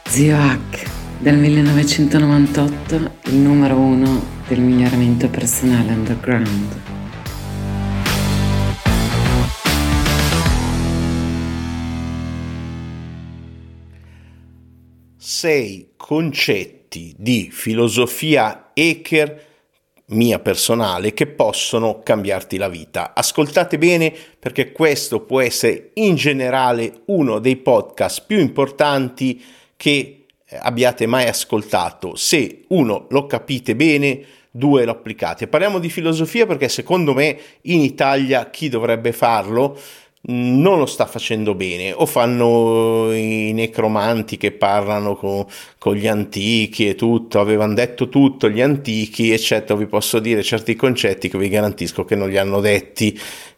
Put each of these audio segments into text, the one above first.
Zio Hack, del 1998, il numero uno del miglioramento personale underground. Sei concetti di filosofia Eker mia personale che possono cambiarti la vita. Ascoltate bene, perché questo può essere in generale uno dei podcast più importanti che abbiate mai ascoltato. Se uno, lo capite bene, due, lo applicate. Parliamo di filosofia perché secondo me in Italia chi dovrebbe farlo non lo sta facendo bene, o fanno i necromanti che parlano con gli antichi e tutto, avevano detto tutto gli antichi, eccetto vi posso dire certi concetti che vi garantisco che non li hanno detti,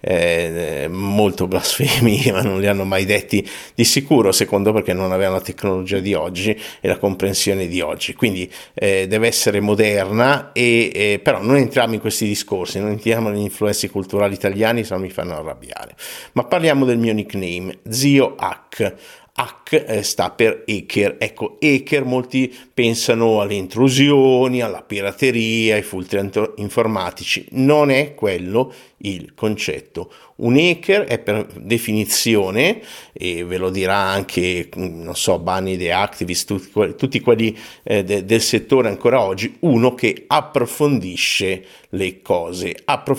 molto blasfemi, ma non li hanno mai detti di sicuro, secondo perché non avevano la tecnologia di oggi e la comprensione di oggi, quindi deve essere moderna, però non entriamo in questi discorsi, non entriamo negli influenzi culturali italiani, se no mi fanno arrabbiare. Ma parliamo del mio nickname, Zio Hack. Hack sta per hacker. Ecco, hacker molti pensano alle intrusioni, alla pirateria, ai furti informatici. Non è quello il concetto. Un hacker è per definizione, e ve lo dirà anche, non so, Bunny the Activist, tutti quelli del settore ancora oggi, uno che approfondisce le cose,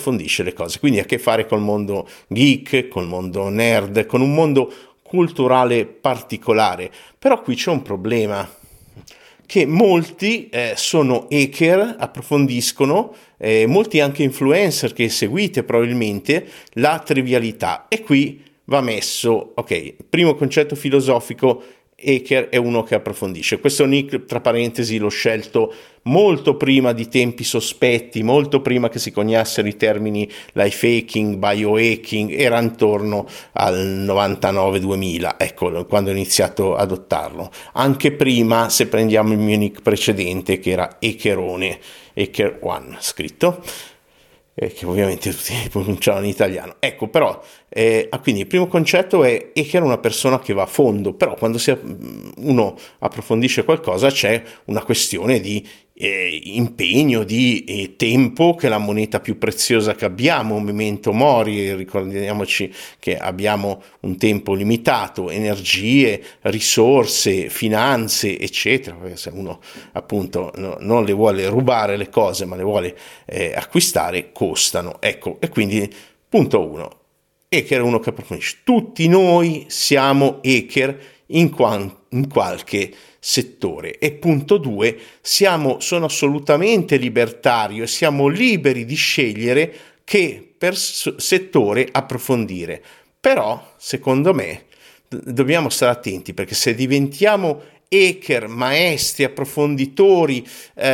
quindi ha a che fare col mondo geek, col mondo nerd, con un mondo culturale particolare. Però qui c'è un problema, che molti sono hacker, approfondiscono, molti anche influencer che seguite probabilmente, la trivialità, e qui va messo, ok, primo concetto filosofico, hacker è uno che approfondisce. Questo nick, tra parentesi, l'ho scelto molto prima di tempi sospetti, molto prima che si coniassero i termini life hacking, biohacking, era intorno al 99-2000, ecco, quando ho iniziato ad adottarlo. Anche prima, se prendiamo il mio nick precedente, che era Hackerone, Hacker One scritto, che ovviamente tutti pronunciavano in italiano. Ecco, però, quindi il primo concetto è hacker è una persona che va a fondo, però quando uno approfondisce qualcosa c'è una questione di impegno, di tempo, che è la moneta più preziosa che abbiamo, memento mori, ricordiamoci che abbiamo un tempo limitato, energie, risorse, finanze, eccetera, perché se uno appunto non le vuole rubare le cose, ma le vuole acquistare, costano. Ecco, e quindi punto 1, hacker è uno che approfondisce. Tutti noi siamo hacker in qualche settore. E punto 2, sono assolutamente libertario e siamo liberi di scegliere che per settore approfondire. Però, secondo me, dobbiamo stare attenti, perché se diventiamo hacker, maestri, approfonditori,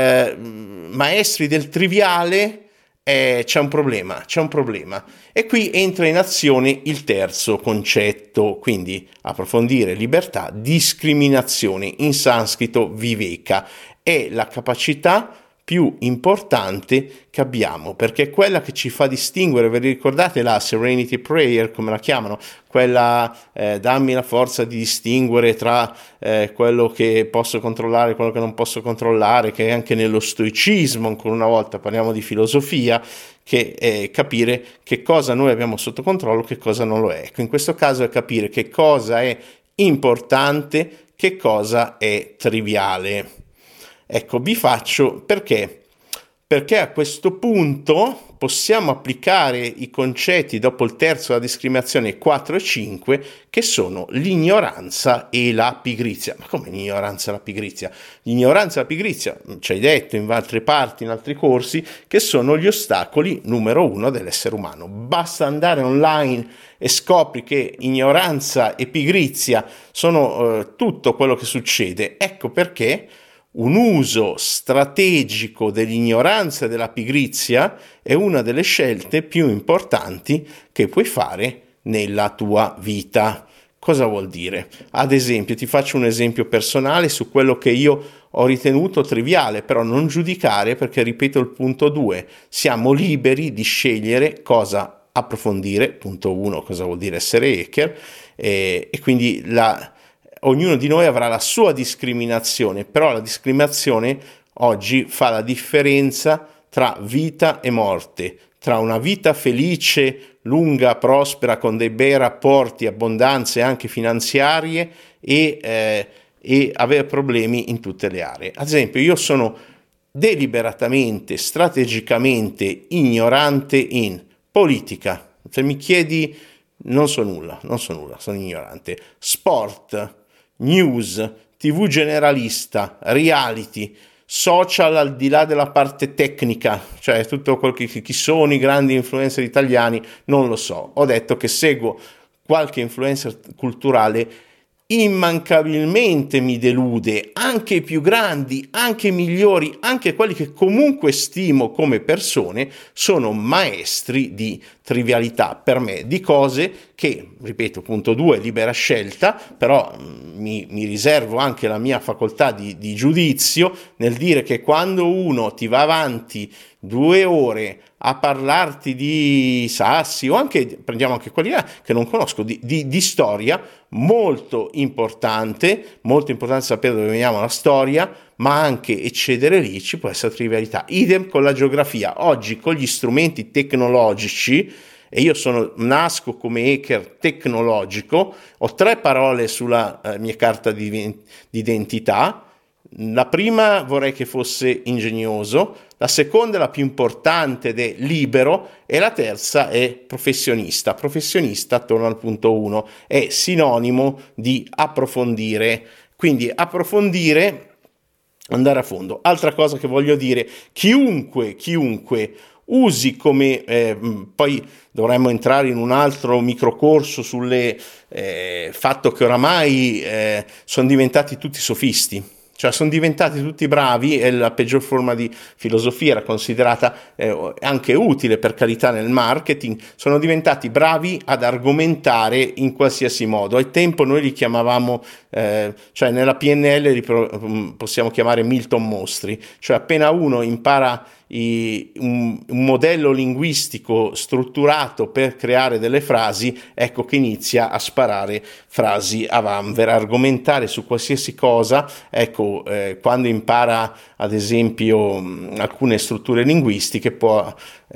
maestri del triviale, c'è un problema. E qui entra in azione il terzo concetto, quindi approfondire, libertà, discriminazione, in sanscrito viveka, è la capacità più importante che abbiamo, perché è quella che ci fa distinguere. Vi ricordate la Serenity Prayer, come la chiamano? Quella dammi la forza di distinguere tra quello che posso controllare e quello che non posso controllare, che è anche nello stoicismo, ancora una volta parliamo di filosofia, che è capire che cosa noi abbiamo sotto controllo, che cosa non lo è. Ecco, in questo caso è capire che cosa è importante, che cosa è triviale. Ecco, vi faccio perché a questo punto possiamo applicare i concetti dopo il terzo, la discriminazione 4 e 5, che sono l'ignoranza e la pigrizia. Ma come l'ignoranza e la pigrizia? L'ignoranza e la pigrizia, ci hai detto in altre parti, in altri corsi, che sono gli ostacoli numero 1 dell'essere umano. Basta andare online e scopri che ignoranza e pigrizia sono tutto quello che succede. Ecco perché un uso strategico dell'ignoranza e della pigrizia è una delle scelte più importanti che puoi fare nella tua vita. Cosa vuol dire? Ad esempio, ti faccio un esempio personale su quello che io ho ritenuto triviale, però non giudicare, perché ripeto il punto 2, siamo liberi di scegliere cosa approfondire, punto 1, cosa vuol dire essere hacker, e quindi ognuno di noi avrà la sua discriminazione, però la discriminazione oggi fa la differenza tra vita e morte, tra una vita felice, lunga, prospera, con dei bei rapporti, abbondanze anche finanziarie e avere problemi in tutte le aree. Ad esempio, io sono deliberatamente, strategicamente ignorante in politica. Se mi chiedi, non so nulla, sono ignorante. Sport, news, TV generalista, reality, social al di là della parte tecnica, cioè tutto quello chi sono i grandi influencer italiani, non lo so. Ho detto che seguo qualche influencer culturale, immancabilmente mi delude, anche i più grandi, anche i migliori, anche quelli che comunque stimo come persone, sono maestri di trivialità per me, di cose che, ripeto, punto 2, libera scelta, però mi riservo anche la mia facoltà di giudizio nel dire che quando uno ti va avanti 2 ore a parlarti di sassi o anche, prendiamo anche quelli là che non conosco, di storia, molto importante sapere dove veniamo la storia, ma anche eccedere lì ci può essere trivialità. Idem con la geografia. Oggi con gli strumenti tecnologici, e io nasco come hacker tecnologico, ho 3 parole sulla mia carta di identità. La prima vorrei che fosse ingegnoso, la seconda è la più importante ed è libero, e la terza è professionista. Professionista, torno al punto 1, è sinonimo di approfondire, quindi approfondire, andare a fondo. Altra cosa che voglio dire, chiunque usi come, poi dovremmo entrare in un altro microcorso sulle fatto che oramai sono diventati tutti sofisti. Cioè sono diventati tutti bravi, e la peggior forma di filosofia era considerata anche utile, per carità, nel marketing. Sono diventati bravi ad argomentare in qualsiasi modo. Al tempo noi li chiamavamo, cioè nella PNL li possiamo chiamare Milton Mostri, cioè appena uno impara un modello linguistico strutturato per creare delle frasi, ecco che inizia a sparare frasi a vanvera, argomentare su qualsiasi cosa. Ecco, quando impara ad esempio alcune strutture linguistiche può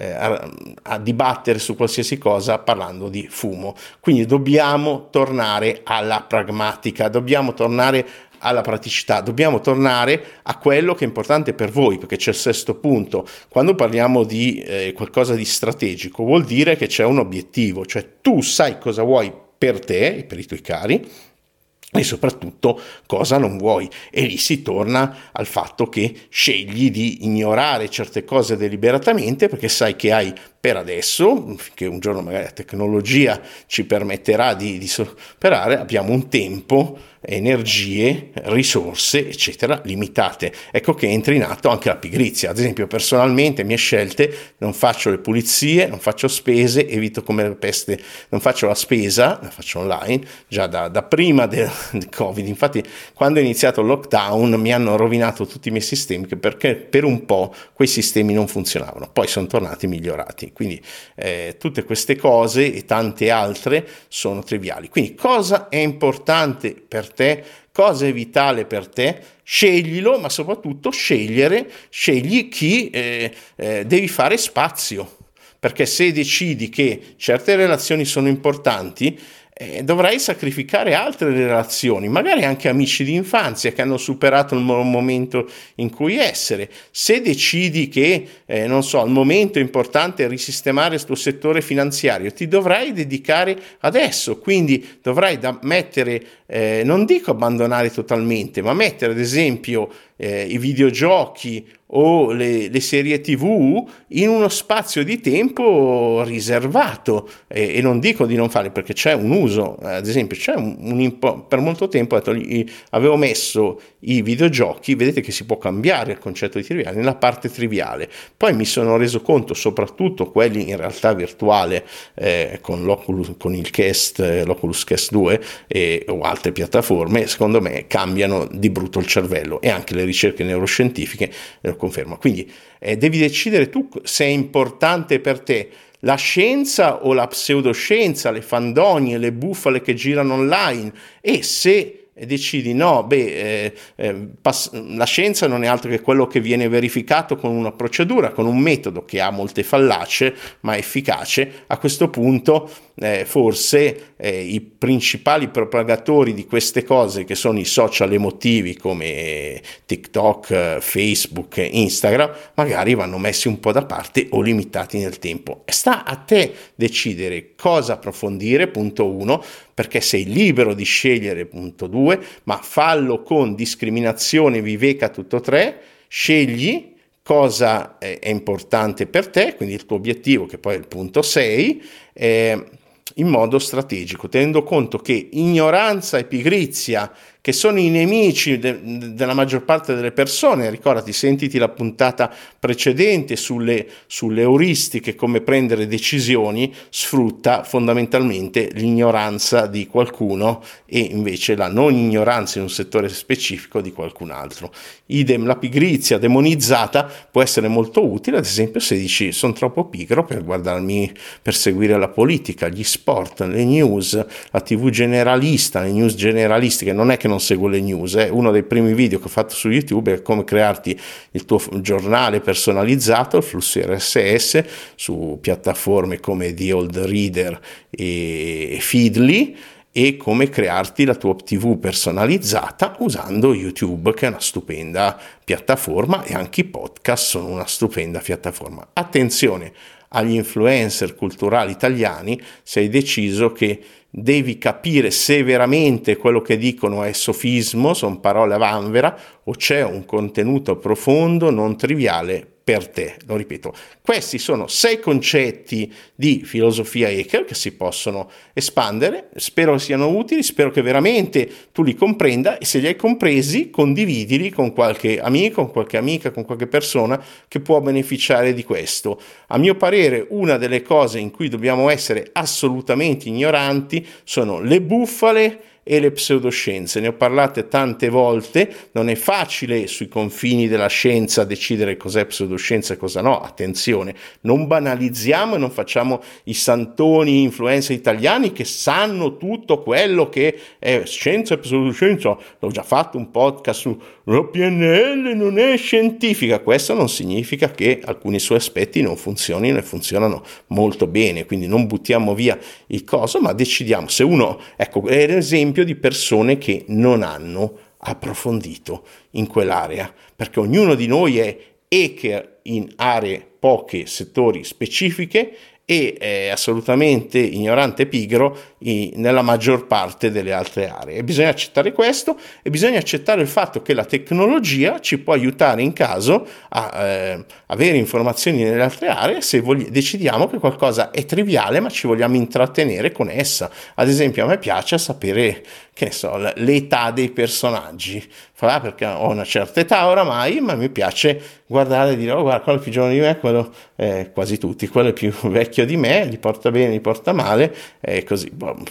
a dibattere su qualsiasi cosa parlando di fumo. Quindi dobbiamo tornare alla pragmatica, dobbiamo tornare alla praticità, dobbiamo tornare a quello che è importante per voi, perché c'è il sesto punto. Quando parliamo di qualcosa di strategico, vuol dire che c'è un obiettivo, cioè tu sai cosa vuoi per te e per i tuoi cari, e soprattutto cosa non vuoi, e lì si torna al fatto che scegli di ignorare certe cose deliberatamente perché sai che hai per adesso, finché un giorno magari la tecnologia ci permetterà di superare, abbiamo un tempo, energie, risorse, eccetera, limitate. Ecco che entra in atto anche la pigrizia. Ad esempio, personalmente, mie scelte, non faccio le pulizie, non faccio spese, evito come la peste, non faccio la spesa, la faccio online, già da prima del Covid. Infatti, quando è iniziato il lockdown, mi hanno rovinato tutti i miei sistemi, perché per un po' quei sistemi non funzionavano, poi sono tornati migliorati. Quindi tutte queste cose e tante altre sono triviali. Quindi cosa è importante per te, cosa è vitale per te, sceglilo, ma soprattutto scegli chi devi fare spazio, perché se decidi che certe relazioni sono importanti, dovrai sacrificare altre relazioni, magari anche amici di infanzia che hanno superato il momento in cui essere. Se decidi che, non so, il momento importante è risistemare il tuo settore finanziario, ti dovrai dedicare adesso, quindi dovrai mettere, non dico abbandonare totalmente, ma mettere ad esempio i videogiochi o le serie TV in uno spazio di tempo riservato, e non dico di non farli perché c'è un uso. Ad esempio c'è per molto tempo avevo messo i videogiochi, vedete che si può cambiare il concetto di triviale nella parte triviale, poi mi sono reso conto, soprattutto quelli in realtà virtuale, con il l'Oculus Quest 2 o altre piattaforme, secondo me cambiano di brutto il cervello, e anche le ricerche neuroscientifiche lo confermano. Quindi devi decidere tu se è importante per te la scienza o la pseudoscienza, le fandonie, le bufale che girano online, e se decidi la scienza non è altro che quello che viene verificato con una procedura, con un metodo che ha molte fallacie ma è efficace, a questo punto forse i principali propagatori di queste cose, che sono i social emotivi come TikTok, Facebook, Instagram, magari vanno messi un po' da parte o limitati nel tempo. Sta a te decidere cosa approfondire, punto 1, perché sei libero di scegliere, punto 2, ma fallo con discriminazione, viveka, tutto 3, scegli cosa è importante per te, quindi il tuo obiettivo, che poi è il punto 6, in modo strategico, tenendo conto che ignoranza e pigrizia, che sono i nemici della maggior parte delle persone, ricordati, sentiti la puntata precedente sulle euristiche, come prendere decisioni, sfrutta fondamentalmente l'ignoranza di qualcuno e invece la non ignoranza in un settore specifico di qualcun altro. Idem, la pigrizia demonizzata può essere molto utile, ad esempio se dici sono troppo pigro per per seguire la politica, gli sport, le news, la TV generalista, le news generalistiche. Non è che non seguo le news, uno dei primi video che ho fatto su YouTube è come crearti il tuo giornale personalizzato, il flusso RSS, su piattaforme come The Old Reader e Feedly, e come crearti la tua TV personalizzata usando YouTube, che è una stupenda piattaforma, e anche i podcast sono una stupenda piattaforma. Attenzione agli influencer culturali italiani, se hai deciso che devi capire se veramente quello che dicono è sofismo, sono parole a vanvera, o c'è un contenuto profondo, non triviale per te. Lo ripeto, questi sono 6 concetti di filosofia Eker che si possono espandere, spero siano utili, spero che veramente tu li comprenda, e se li hai compresi condividili con qualche amico, con qualche amica, con qualche persona che può beneficiare di questo. A mio parere, una delle cose in cui dobbiamo essere assolutamente ignoranti sono le bufale e le pseudoscienze. Ne ho parlate tante volte, non è facile sui confini della scienza decidere cos'è pseudoscienza e cosa no. Attenzione, non banalizziamo e non facciamo i santoni influencer italiani che sanno tutto quello che è scienza e pseudoscienza. L'ho già fatto un podcast su la PNL, non è scientifica. Questo non significa che alcuni suoi aspetti non funzionino, e funzionano molto bene, quindi non buttiamo via il coso, ma decidiamo. Se uno, ecco, è l'esempio di persone che non hanno approfondito in quell'area, perché ognuno di noi è hacker in aree, poche settori specifiche, e è assolutamente ignorante e pigro nella maggior parte delle altre aree. E bisogna accettare questo, e bisogna accettare il fatto che la tecnologia ci può aiutare in caso a avere informazioni nelle altre aree, se decidiamo che qualcosa è triviale ma ci vogliamo intrattenere con essa. Ad esempio, a me piace sapere, che ne so, l'età dei personaggi, perché ho una certa età oramai, ma mi piace guardare e dire: oh, guarda, quello è più giovane di me, quello quasi tutti, quello è più vecchio di me, gli porta bene, gli porta male, così.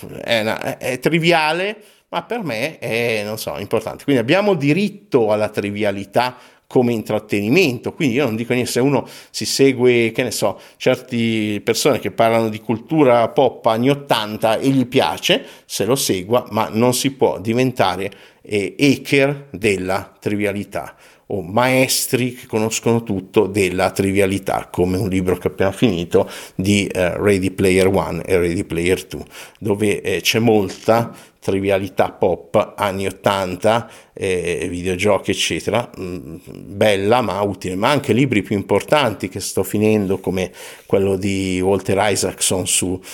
È triviale, ma per me è, non so, importante. Quindi abbiamo diritto alla trivialità come intrattenimento. Quindi io non dico niente se uno si segue, che ne so, certe persone che parlano di cultura pop anni 80 e gli piace, se lo segua, ma non si può diventare hacker della trivialità o maestri che conoscono tutto della trivialità, come un libro che ho appena finito di Ready Player One e Ready Player Two, dove c'è molta trivialità pop anni 80, videogiochi eccetera, bella ma utile, ma anche libri più importanti che sto finendo, come quello di Walter Isaacson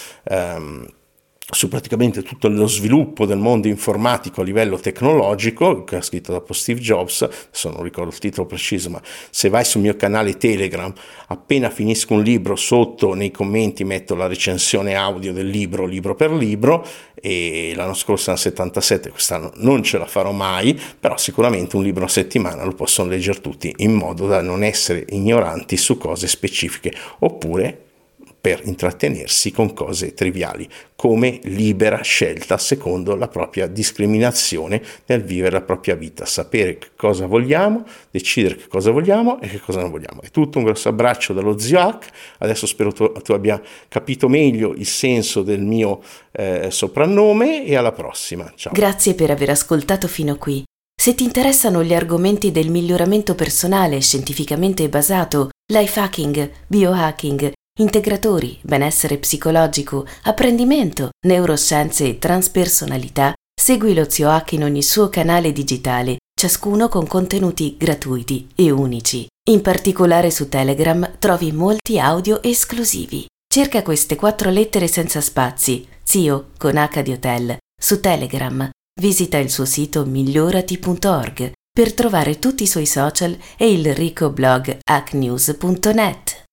su praticamente tutto lo sviluppo del mondo informatico a livello tecnologico, che ha scritto dopo Steve Jobs. Adesso non ricordo il titolo preciso, ma se vai sul mio canale Telegram, appena finisco un libro, sotto nei commenti metto la recensione audio del libro, libro per libro, e l'anno scorso erano 77, quest'anno non ce la farò mai, però sicuramente un libro a settimana lo possono leggere tutti, in modo da non essere ignoranti su cose specifiche, oppure per intrattenersi con cose triviali, come libera scelta secondo la propria discriminazione nel vivere la propria vita, sapere che cosa vogliamo, decidere che cosa vogliamo e che cosa non vogliamo. È tutto, un grosso abbraccio dallo zio Hack. Adesso spero tu abbia capito meglio il senso del mio soprannome, e alla prossima. Ciao. Grazie per aver ascoltato fino qui. Se ti interessano gli argomenti del miglioramento personale scientificamente basato, life hacking, biohacking, integratori, benessere psicologico, apprendimento, neuroscienze e transpersonalità, segui lo Zio Hack in ogni suo canale digitale, ciascuno con contenuti gratuiti e unici. In particolare su Telegram trovi molti audio esclusivi. Cerca queste 4 lettere senza spazi, Zio con H di hotel, su Telegram. Visita il suo sito migliorati.org per trovare tutti i suoi social e il ricco blog hacknews.net.